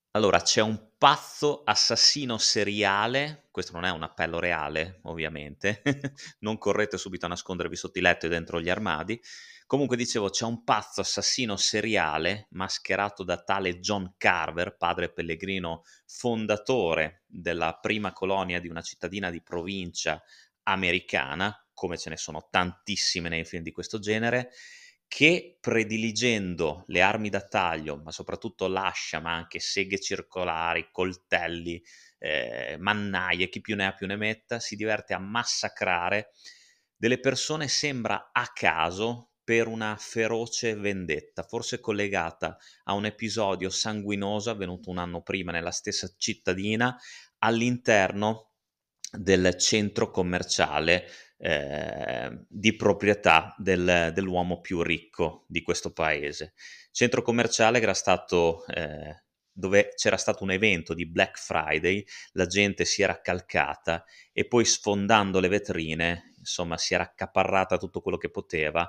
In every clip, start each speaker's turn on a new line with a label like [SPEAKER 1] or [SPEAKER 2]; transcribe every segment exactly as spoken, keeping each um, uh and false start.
[SPEAKER 1] Allora, c'è un pazzo assassino seriale, questo non è un appello reale ovviamente, non correte subito a nascondervi sotto i letti o dentro gli armadi. Comunque dicevo, c'è un pazzo assassino seriale mascherato da tale John Carver, padre pellegrino fondatore della prima colonia di una cittadina di provincia americana, come ce ne sono tantissime nei film di questo genere, che prediligendo le armi da taglio, ma soprattutto l'ascia, ma anche seghe circolari, coltelli, ehm, mannaie, chi più ne ha più ne metta, si diverte a massacrare delle persone, sembra a caso, per una feroce vendetta, forse collegata a un episodio sanguinoso avvenuto un anno prima nella stessa cittadina, all'interno del centro commerciale, ehm, di proprietà del dell'uomo più ricco di questo paese. Centro commerciale che era stato ehm, dove c'era stato un evento di Black Friday, la gente si era accalcata e poi sfondando le vetrine, insomma, si era accaparrata tutto quello che poteva,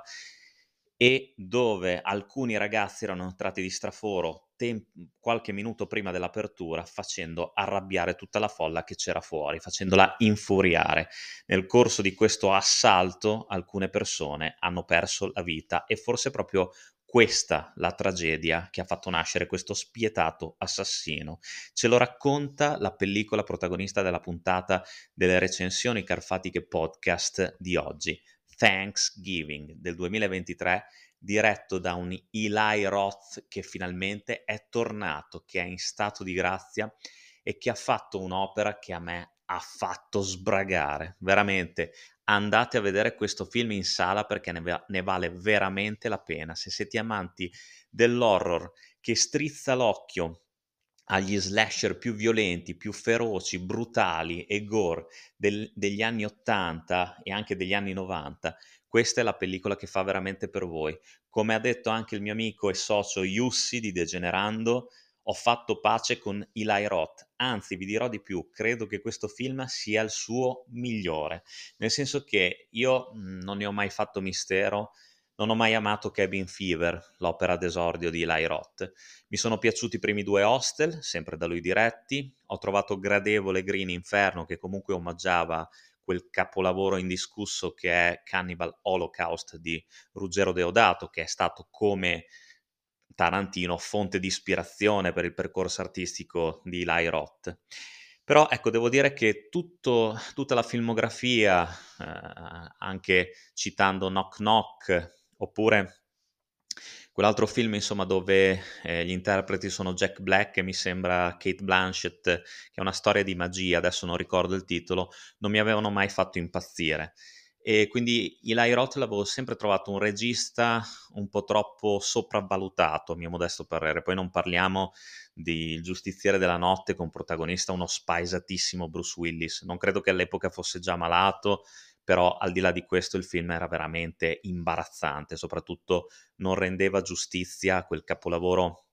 [SPEAKER 1] e dove alcuni ragazzi erano entrati di straforo tem qualche minuto prima dell'apertura, facendo arrabbiare tutta la folla che c'era fuori, facendola infuriare. Nel corso di questo assalto alcune persone hanno perso la vita e forse è proprio questa la tragedia che ha fatto nascere questo spietato assassino. Ce lo racconta la pellicola protagonista della puntata delle recensioni Carfatiche Podcast di oggi, Thanksgiving del duemilaventitré, diretto da un Eli Roth che finalmente è tornato, che è in stato di grazia e che ha fatto un'opera che a me ha fatto sbragare. Veramente, andate a vedere questo film in sala perché ne, va- ne vale veramente la pena. Se siete amanti dell'horror che strizza l'occhio agli slasher più violenti, più feroci, brutali e gore del- degli anni ottanta e anche degli anni novanta, questa è la pellicola che fa veramente per voi. Come ha detto anche il mio amico e socio Jussi di Degenerando, ho fatto pace con Eli Roth. Anzi, vi dirò di più, credo che questo film sia il suo migliore, nel senso che io mh, non ne ho mai fatto mistero, non ho mai amato Cabin Fever, l'opera d'esordio di Eli Roth. Mi sono piaciuti i primi due Hostel, sempre da lui diretti, ho trovato gradevole Green Inferno, che comunque omaggiava quel capolavoro indiscusso che è Cannibal Holocaust di Ruggero Deodato, che è stato, come Tarantino, fonte di ispirazione per il percorso artistico di Eli Roth. Però ecco, devo dire che tutto, tutta la filmografia, eh, anche citando Knock Knock, oppure quell'altro film, insomma, dove eh, gli interpreti sono Jack Black e mi sembra Kate Blanchett, che è una storia di magia, adesso non ricordo il titolo, non mi avevano mai fatto impazzire. E quindi Eli Roth l'avevo sempre trovato un regista un po' troppo sopravvalutato, a mio modesto parere. Poi non parliamo di Il giustiziere della notte con protagonista uno spaesatissimo Bruce Willis. Non credo che all'epoca fosse già malato, però al di là di questo il film era veramente imbarazzante, soprattutto non rendeva giustizia a quel capolavoro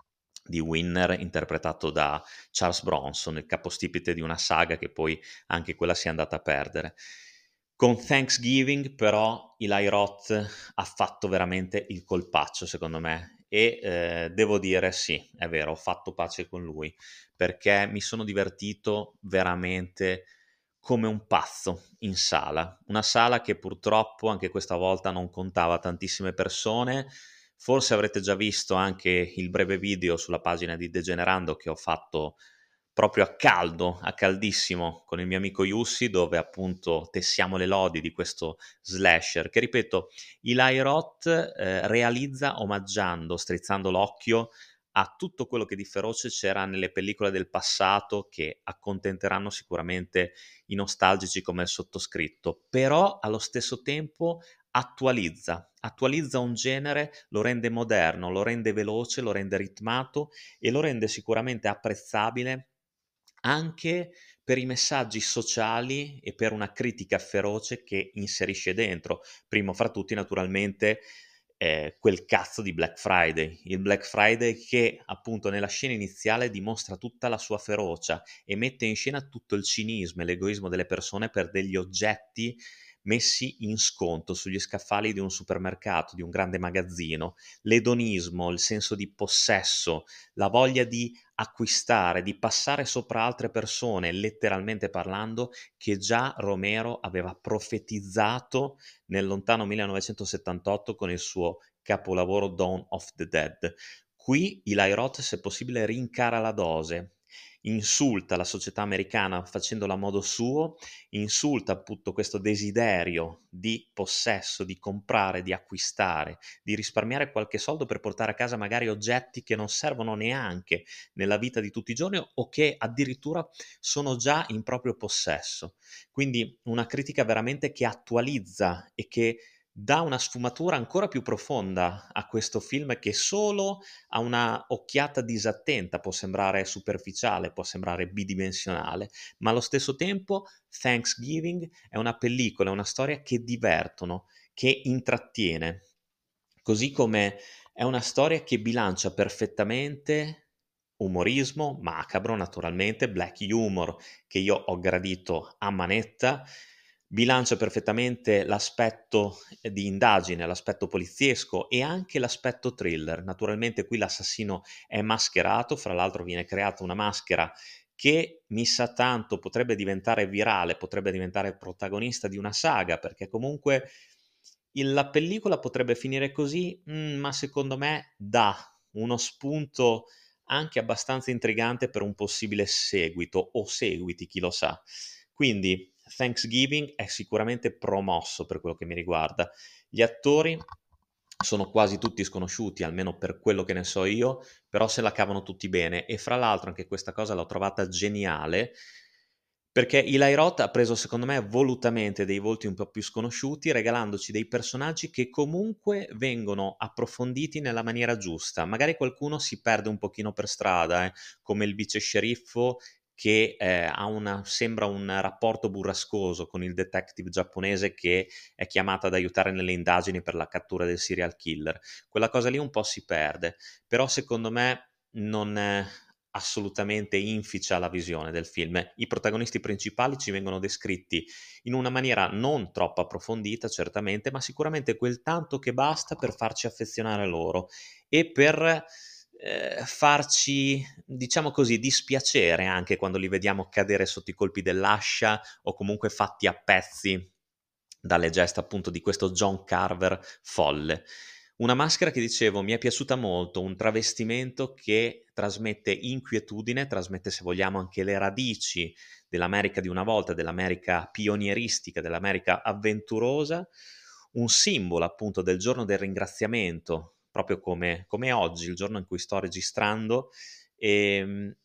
[SPEAKER 1] di Winner interpretato da Charles Bronson, il capostipite di una saga che poi anche quella si è andata a perdere. Con Thanksgiving però Eli Roth ha fatto veramente il colpaccio secondo me e eh, devo dire sì, è vero, ho fatto pace con lui perché mi sono divertito veramente come un pazzo in sala, una sala che purtroppo anche questa volta non contava tantissime persone. Forse avrete già visto anche il breve video sulla pagina di Degenerando che ho fatto proprio a caldo, a caldissimo, con il mio amico Jussi, dove appunto tessiamo le lodi di questo slasher, che ripeto, Eli Roth eh, realizza omaggiando, strizzando l'occhio a tutto quello che di feroce c'era nelle pellicole del passato che accontenteranno sicuramente i nostalgici come il sottoscritto, però allo stesso tempo attualizza, attualizza un genere, lo rende moderno, lo rende veloce, lo rende ritmato e lo rende sicuramente apprezzabile anche per i messaggi sociali e per una critica feroce che inserisce dentro. Primo fra tutti, naturalmente, eh, quel cazzo di Black Friday, il Black Friday che appunto nella scena iniziale dimostra tutta la sua ferocia e mette in scena tutto il cinismo e l'egoismo delle persone per degli oggetti messi in sconto sugli scaffali di un supermercato, di un grande magazzino, l'edonismo, il senso di possesso, la voglia di acquistare, di passare sopra altre persone, letteralmente parlando, che già Romero aveva profetizzato nel lontano millenovecentosettantotto con il suo capolavoro Dawn of the Dead. Qui Eli Roth, se possibile, rincara la dose, insulta la società americana facendola a modo suo, insulta appunto questo desiderio di possesso, di comprare, di acquistare, di risparmiare qualche soldo per portare a casa magari oggetti che non servono neanche nella vita di tutti i giorni o che addirittura sono già in proprio possesso. Quindi una critica veramente che attualizza e che dà una sfumatura ancora più profonda a questo film che solo a una occhiata disattenta può sembrare superficiale, può sembrare bidimensionale, ma allo stesso tempo Thanksgiving è una pellicola, è una storia che divertono, che intrattiene, così come è una storia che bilancia perfettamente umorismo, macabro naturalmente, black humor che io ho gradito a manetta, bilancia perfettamente l'aspetto di indagine, l'aspetto poliziesco e anche l'aspetto thriller. Naturalmente qui l'assassino è mascherato, fra l'altro viene creata una maschera che mi sa tanto potrebbe diventare virale, potrebbe diventare protagonista di una saga, perché comunque il la pellicola potrebbe finire così, mhmm, ma secondo me dà uno spunto anche abbastanza intrigante per un possibile seguito o seguiti, chi lo sa. Quindi Thanksgiving è sicuramente promosso per quello che mi riguarda. Gli attori sono quasi tutti sconosciuti, almeno per quello che ne so io, però se la cavano tutti bene e fra l'altro anche questa cosa l'ho trovata geniale, perché Eli Roth ha preso secondo me volutamente dei volti un po' più sconosciuti, regalandoci dei personaggi che comunque vengono approfonditi nella maniera giusta. Magari qualcuno si perde un pochino per strada, eh, come il vice sceriffo che eh, ha una, sembra un rapporto burrascoso con il detective giapponese che è chiamato ad aiutare nelle indagini per la cattura del serial killer. Quella cosa lì un po' si perde, però secondo me non è assolutamente inficia la visione del film. I protagonisti principali ci vengono descritti in una maniera non troppo approfondita, certamente, ma sicuramente quel tanto che basta per farci affezionare a loro e per eh, farci, diciamo così, dispiacere anche quando li vediamo cadere sotto i colpi dell'ascia o comunque fatti a pezzi dalle gesta appunto di questo John Carver folle. Una maschera che dicevo mi è piaciuta molto, un travestimento che trasmette inquietudine, trasmette se vogliamo anche le radici dell'America di una volta, dell'America pionieristica, dell'America avventurosa, un simbolo appunto del giorno del ringraziamento, proprio come, come oggi, il giorno in cui sto registrando, e,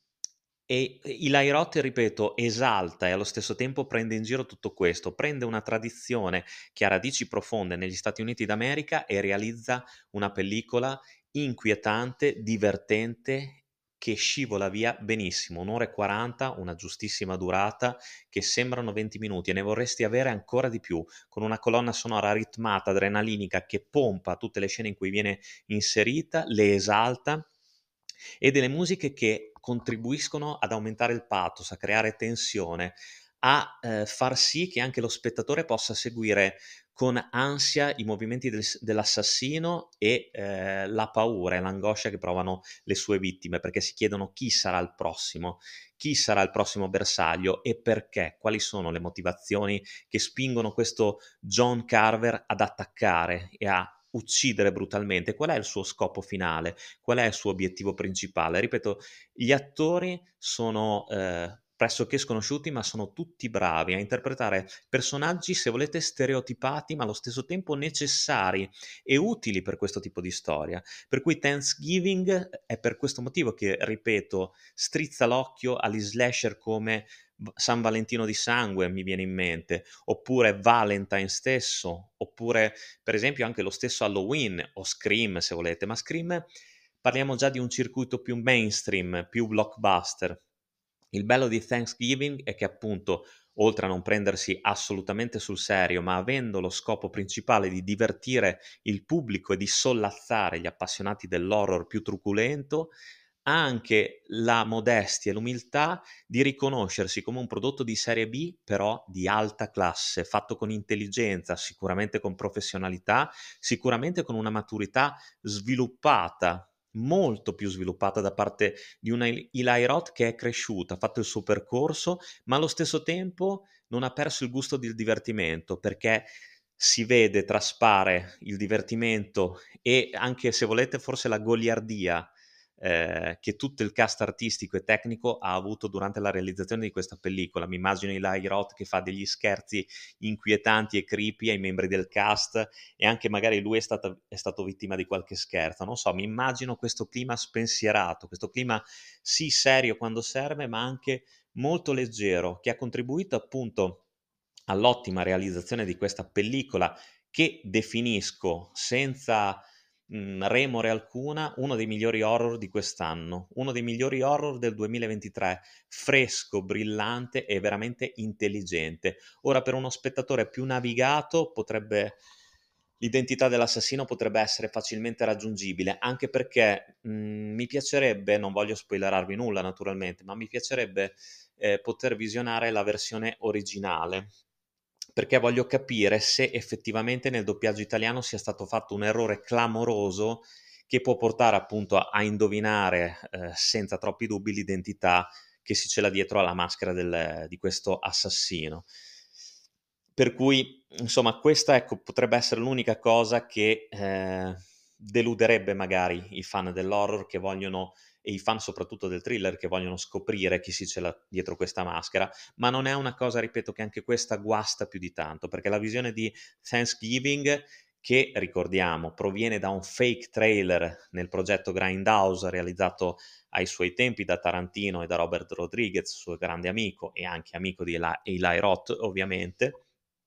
[SPEAKER 1] e Eli Roth, ripeto, esalta e allo stesso tempo prende in giro tutto questo, prende una tradizione che ha radici profonde negli Stati Uniti d'America e realizza una pellicola inquietante, divertente, che scivola via benissimo, un'ora e quaranta, una giustissima durata, che sembrano venti minuti e ne vorresti avere ancora di più, con una colonna sonora ritmata, adrenalinica, che pompa tutte le scene in cui viene inserita, le esalta, e delle musiche che contribuiscono ad aumentare il pathos, a creare tensione, a eh, far sì che anche lo spettatore possa seguire con ansia i movimenti del- dell'assassino e eh, la paura e l'angoscia che provano le sue vittime, perché si chiedono chi sarà il prossimo, chi sarà il prossimo bersaglio e perché, quali sono le motivazioni che spingono questo John Carver ad attaccare e a uccidere brutalmente, qual è il suo scopo finale, qual è il suo obiettivo principale. Ripeto, gli attori sono eh, pressoché sconosciuti, ma sono tutti bravi a interpretare personaggi, se volete, stereotipati, ma allo stesso tempo necessari e utili per questo tipo di storia. Per cui Thanksgiving è per questo motivo che, ripeto, strizza l'occhio agli slasher come San Valentino di Sangue, mi viene in mente, oppure Valentine stesso, oppure per esempio anche lo stesso Halloween o Scream se volete, ma Scream parliamo già di un circuito più mainstream, più blockbuster. Il bello di Thanksgiving è che appunto, oltre a non prendersi assolutamente sul serio, ma avendo lo scopo principale di divertire il pubblico e di sollazzare gli appassionati dell'horror più truculento, ha anche la modestia e l'umiltà di riconoscersi come un prodotto di serie B, però di alta classe, fatto con intelligenza, sicuramente con professionalità, sicuramente con una maturità sviluppata, molto più sviluppata da parte di una Eli Eli Roth che è cresciuta, ha fatto il suo percorso, ma allo stesso tempo non ha perso il gusto del divertimento, perché si vede, traspare il divertimento e anche, se volete, forse la goliardia, ehm, che tutto il cast artistico e tecnico ha avuto durante la realizzazione di questa pellicola. Mi immagino Eli Roth che fa degli scherzi inquietanti e creepy ai membri del cast e anche magari lui è stata è stato vittima di qualche scherzo. Non so, mi immagino questo clima spensierato, questo clima sì serio quando serve, ma anche molto leggero, che ha contribuito appunto all'ottima realizzazione di questa pellicola che definisco senza, mhmm, remore alcuna, uno dei migliori horror di quest'anno, uno dei migliori horror del duemilaventitré, fresco, brillante e veramente intelligente. Ora per uno spettatore più navigato potrebbe l'identità dell'assassino potrebbe essere facilmente raggiungibile, anche perché, mhmm, mi piacerebbe, non voglio spoilerarvi nulla naturalmente, ma mi piacerebbe, ehm, poter visionare la versione originale, perché voglio capire se effettivamente nel doppiaggio italiano sia stato fatto un errore clamoroso che può portare appunto a a indovinare, ehm, senza troppi dubbi l'identità che si cela dietro alla maschera del di questo assassino. Per cui, insomma, questa ecco, potrebbe essere l'unica cosa che, ehm, deluderebbe magari i fan dell'horror che vogliono e i fan soprattutto del thriller che vogliono scoprire chi si cela dietro questa maschera, ma non è una cosa, ripeto, che anche questa guasta più di tanto, perché la visione di Thanksgiving, che ricordiamo proviene da un fake trailer nel progetto Grindhouse realizzato ai suoi tempi da Tarantino e da Robert Rodriguez, suo grande amico e anche amico di Eli Eli Roth ovviamente.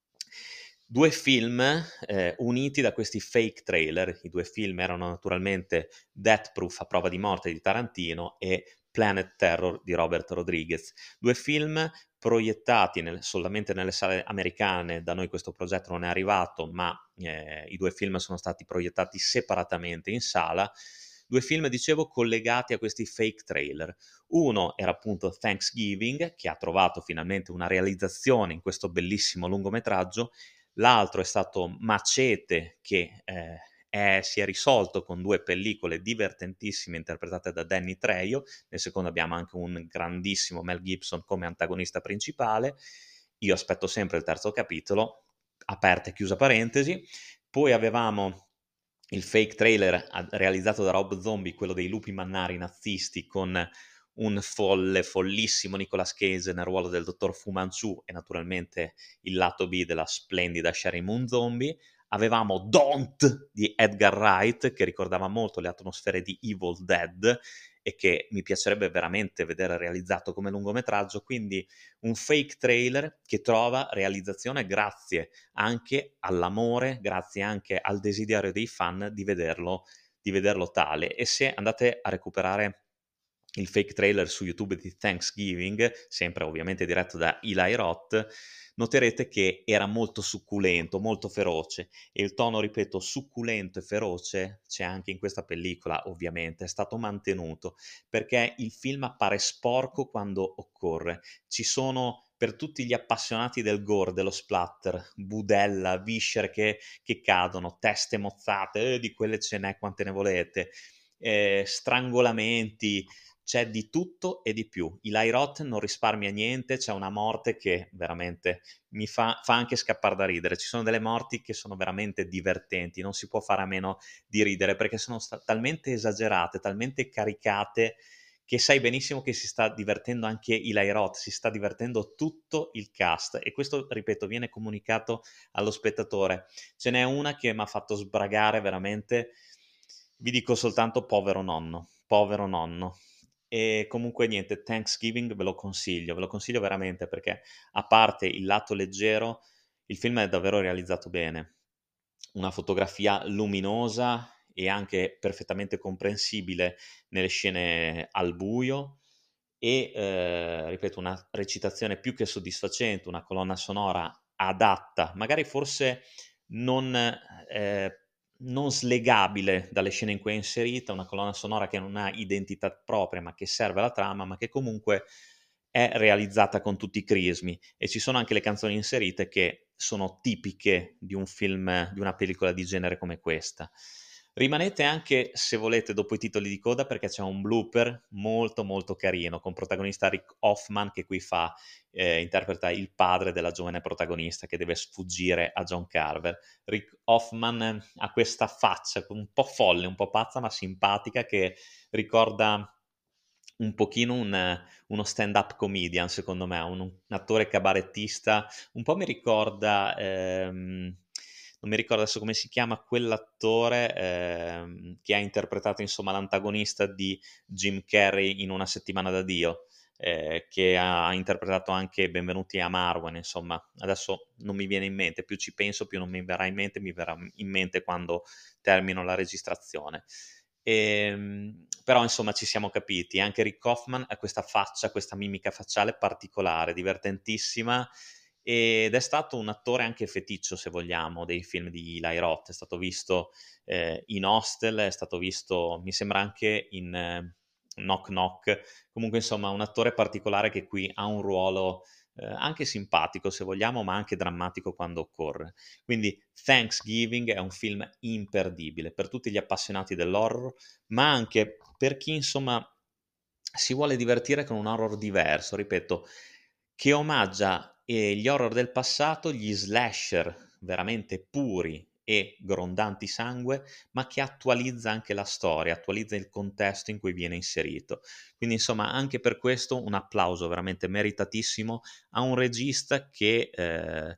[SPEAKER 1] Due film, ehm, uniti da questi fake trailer. I due film erano naturalmente Death Proof, A prova di morte di Tarantino e Planet Terror di Robert Rodriguez. Due film proiettati nel solamente nelle sale americane, da noi questo progetto non è arrivato, ma, ehm, i due film sono stati proiettati separatamente in sala. Due film, dicevo, collegati a questi fake trailer. Uno era appunto Thanksgiving, che ha trovato finalmente una realizzazione in questo bellissimo lungometraggio. L'altro è stato Macete, che, ehm, è si è risolto con due pellicole divertentissime interpretate da Danny Trejo. Nel secondo abbiamo anche un grandissimo Mel Gibson come antagonista principale. Io aspetto sempre il terzo capitolo, aperta e chiusa parentesi. Poi avevamo il fake trailer a realizzato da Rob Zombie, quello dei lupi mannari nazisti, con un folle, follissimo Nicolas Cage nel ruolo del dottor Fu Manchu e naturalmente il lato B della splendida Sheri Moon Zombie. Avevamo Don't di Edgar Wright, che ricordava molto le atmosfere di Evil Dead e che mi piacerebbe veramente vedere realizzato come lungometraggio, quindi un fake trailer che trova realizzazione grazie anche all'amore, grazie anche al desiderio dei fan di vederlo di vederlo tale. E se andate a recuperare il fake trailer su YouTube di Thanksgiving, sempre ovviamente diretto da Eli Roth, noterete che era molto succulento, molto feroce e il tono, ripeto, succulento e feroce c'è anche in questa pellicola, ovviamente, è stato mantenuto, perché il film appare sporco quando occorre. Ci sono per tutti gli appassionati del gore, dello splatter, budella, viscere che che cadono, teste mozzate, eh, di quelle ce n'è quante ne volete, ehm, strangolamenti, c'è di tutto e di più. Eli Roth non risparmia niente, c'è una morte che veramente mi fa fa anche scappar da ridere. Ci sono delle morti che sono veramente divertenti, non si può fare a meno di ridere perché sono sta talmente esagerate, talmente caricate, che sai benissimo che si sta divertendo anche Eli Roth, si sta divertendo tutto il cast e questo, ripeto, viene comunicato allo spettatore. Ce n'è una che m'ha fatto sbragare veramente, vi dico soltanto povero nonno, povero nonno. E comunque niente, Thanksgiving ve lo consiglio, ve lo consiglio veramente perché a parte il lato leggero, il film è davvero realizzato bene. Una fotografia luminosa e anche perfettamente comprensibile nelle scene al buio e, ehm, ripeto, una recitazione più che soddisfacente, una colonna sonora adatta, magari forse non ehm, non slegabile dalle scene in cui è inserita, una colonna sonora che non ha identità propria, ma che serve alla trama, ma che comunque è realizzata con tutti i crismi, e ci sono anche le canzoni inserite che sono tipiche di un film di una pellicola di genere come questa. Rimanete anche, se volete, dopo i titoli di coda, perché c'è un blooper molto, molto carino con protagonista Rick Hoffman che qui fa ehm, interpreta il padre della giovane protagonista che deve sfuggire a John Carver. Rick Hoffman ha questa faccia un po' folle, un po' pazza, ma simpatica, che ricorda un pochino un uno stand-up comedian, secondo me, un un attore cabarettista. Un po' mi ricorda, ehm, non mi ricordo adesso come si chiama quell'attore, ehm, che ha interpretato insomma l'antagonista di Jim Carrey in Una settimana da Dio, ehm, che ha interpretato anche Benvenuti a Marwen, insomma. Adesso non mi viene in mente, più ci penso più non mi verrà in mente, mi verrà in mente quando termino la registrazione. Ehm, però insomma ci siamo capiti. Anche Rick Hoffman ha questa faccia, questa mimica facciale particolare, divertentissima, ed è stato un attore anche feticcio, se vogliamo, dei film di Eli Roth. È stato visto, ehm, in Hostel, è stato visto mi sembra anche in eh, Knock Knock. Comunque insomma un attore particolare che qui ha un ruolo, ehm, anche simpatico se vogliamo, ma anche drammatico quando occorre. Quindi Thanksgiving è un film imperdibile per tutti gli appassionati dell'horror, ma anche per chi insomma si vuole divertire con un horror diverso, ripeto, che omaggia, ehm, gli horror del passato, gli slasher veramente puri e grondanti sangue, ma che attualizza anche la storia, attualizza il contesto in cui viene inserito. Quindi insomma anche per questo un applauso veramente meritatissimo a un regista che, ehm,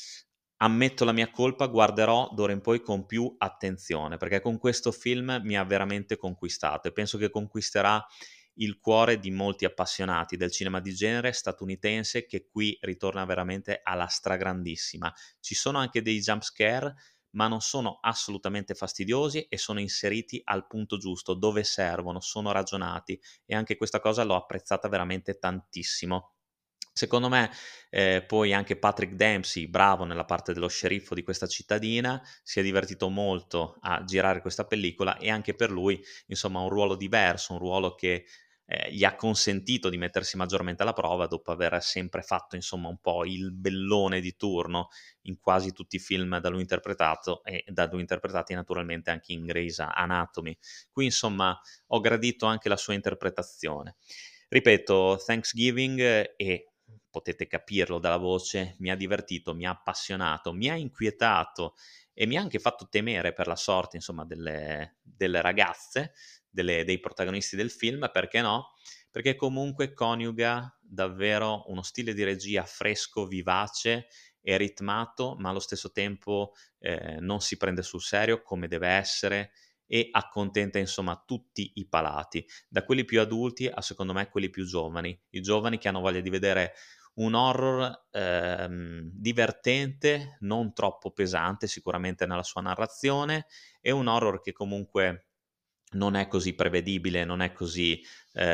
[SPEAKER 1] ammetto la mia colpa, guarderò d'ora in poi con più attenzione, perché con questo film mi ha veramente conquistato e penso che conquisterà il cuore di molti appassionati del cinema di genere statunitense, che qui ritorna veramente alla stragrandissima. Ci sono anche dei jump scare, ma non sono assolutamente fastidiosi e sono inseriti al punto giusto, dove servono, sono ragionati, e anche questa cosa l'ho apprezzata veramente tantissimo. Secondo me, ehm, poi anche Patrick Dempsey, bravo nella parte dello sceriffo di questa cittadina, si è divertito molto a girare questa pellicola, e anche per lui, insomma, un ruolo diverso, un ruolo che, ehm, gli ha consentito di mettersi maggiormente alla prova dopo aver sempre fatto, insomma, un po' il bellone di turno in quasi tutti i film da lui interpretato e da lui interpretati naturalmente anche in Grey's Anatomy. Qui, insomma, ho gradito anche la sua interpretazione. Ripeto, Thanksgiving, eh, e potete capirlo dalla voce, mi ha divertito, mi ha appassionato, mi ha inquietato e mi ha anche fatto temere per la sorte, insomma, delle delle ragazze, delle dei protagonisti del film, perché no, perché comunque coniuga davvero uno stile di regia fresco, vivace e ritmato, ma allo stesso tempo, ehm, non si prende sul serio come deve essere, e accontenta insomma tutti i palati, da quelli più adulti a, secondo me, quelli più giovani. I giovani che hanno voglia di vedere un horror, ehm, divertente, non troppo pesante sicuramente nella sua narrazione, e un horror che comunque non è così prevedibile, non è così,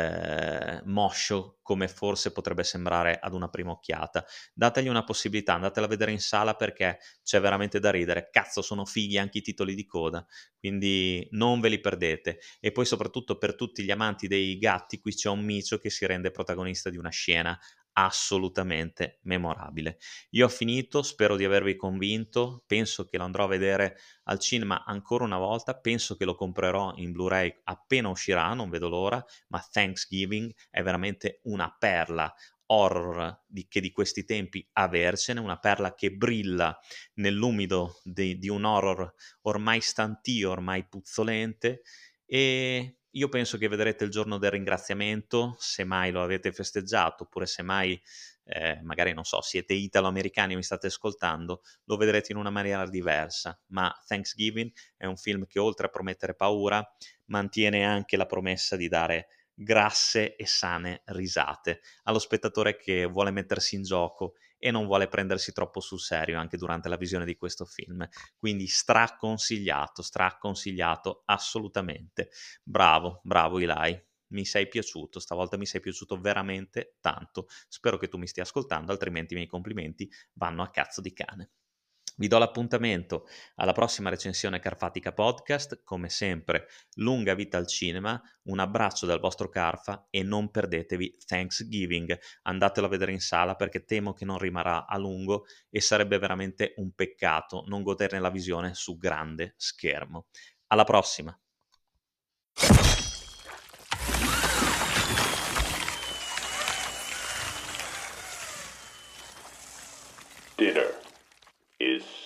[SPEAKER 1] ehm, moscio come forse potrebbe sembrare ad una prima occhiata. Dategli una possibilità, andatela a vedere in sala perché c'è veramente da ridere. Cazzo, sono fighi anche i titoli di coda, quindi non ve li perdete. E poi soprattutto per tutti gli amanti dei gatti, qui c'è un micio che si rende protagonista di una scena assolutamente memorabile. Io ho finito, spero di avervi convinto, penso che lo andrò a vedere al cinema ancora una volta, penso che lo comprerò in Blu-ray appena uscirà, non vedo l'ora, ma Thanksgiving è veramente una perla horror di che di questi tempi avercene, una perla che brilla nell'umido di di un horror ormai stantio, ormai puzzolente, e io penso che vedrete il giorno del ringraziamento, se mai lo avete festeggiato, oppure se mai, ehm, magari non so, siete italo-americani e mi state ascoltando, lo vedrete in una maniera diversa. Ma Thanksgiving è un film che, oltre a promettere paura, mantiene anche la promessa di dare grasse e sane risate allo spettatore che vuole mettersi in gioco e non vuole prendersi troppo sul serio anche durante la visione di questo film. Quindi straconsigliato, straconsigliato assolutamente. Bravo, bravo Eli. Mi sei piaciuto, stavolta mi sei piaciuto veramente tanto. Spero che tu mi stia ascoltando, altrimenti i miei complimenti vanno a cazzo di cane. Vi do l'appuntamento alla prossima recensione Carfatica Podcast, come sempre lunga vita al cinema, un abbraccio dal vostro Carfa e non perdetevi Thanksgiving, andatelo a vedere in sala perché temo che non rimarrà a lungo e sarebbe veramente un peccato non goderne la visione su grande schermo. Alla prossima!
[SPEAKER 2] Dinner is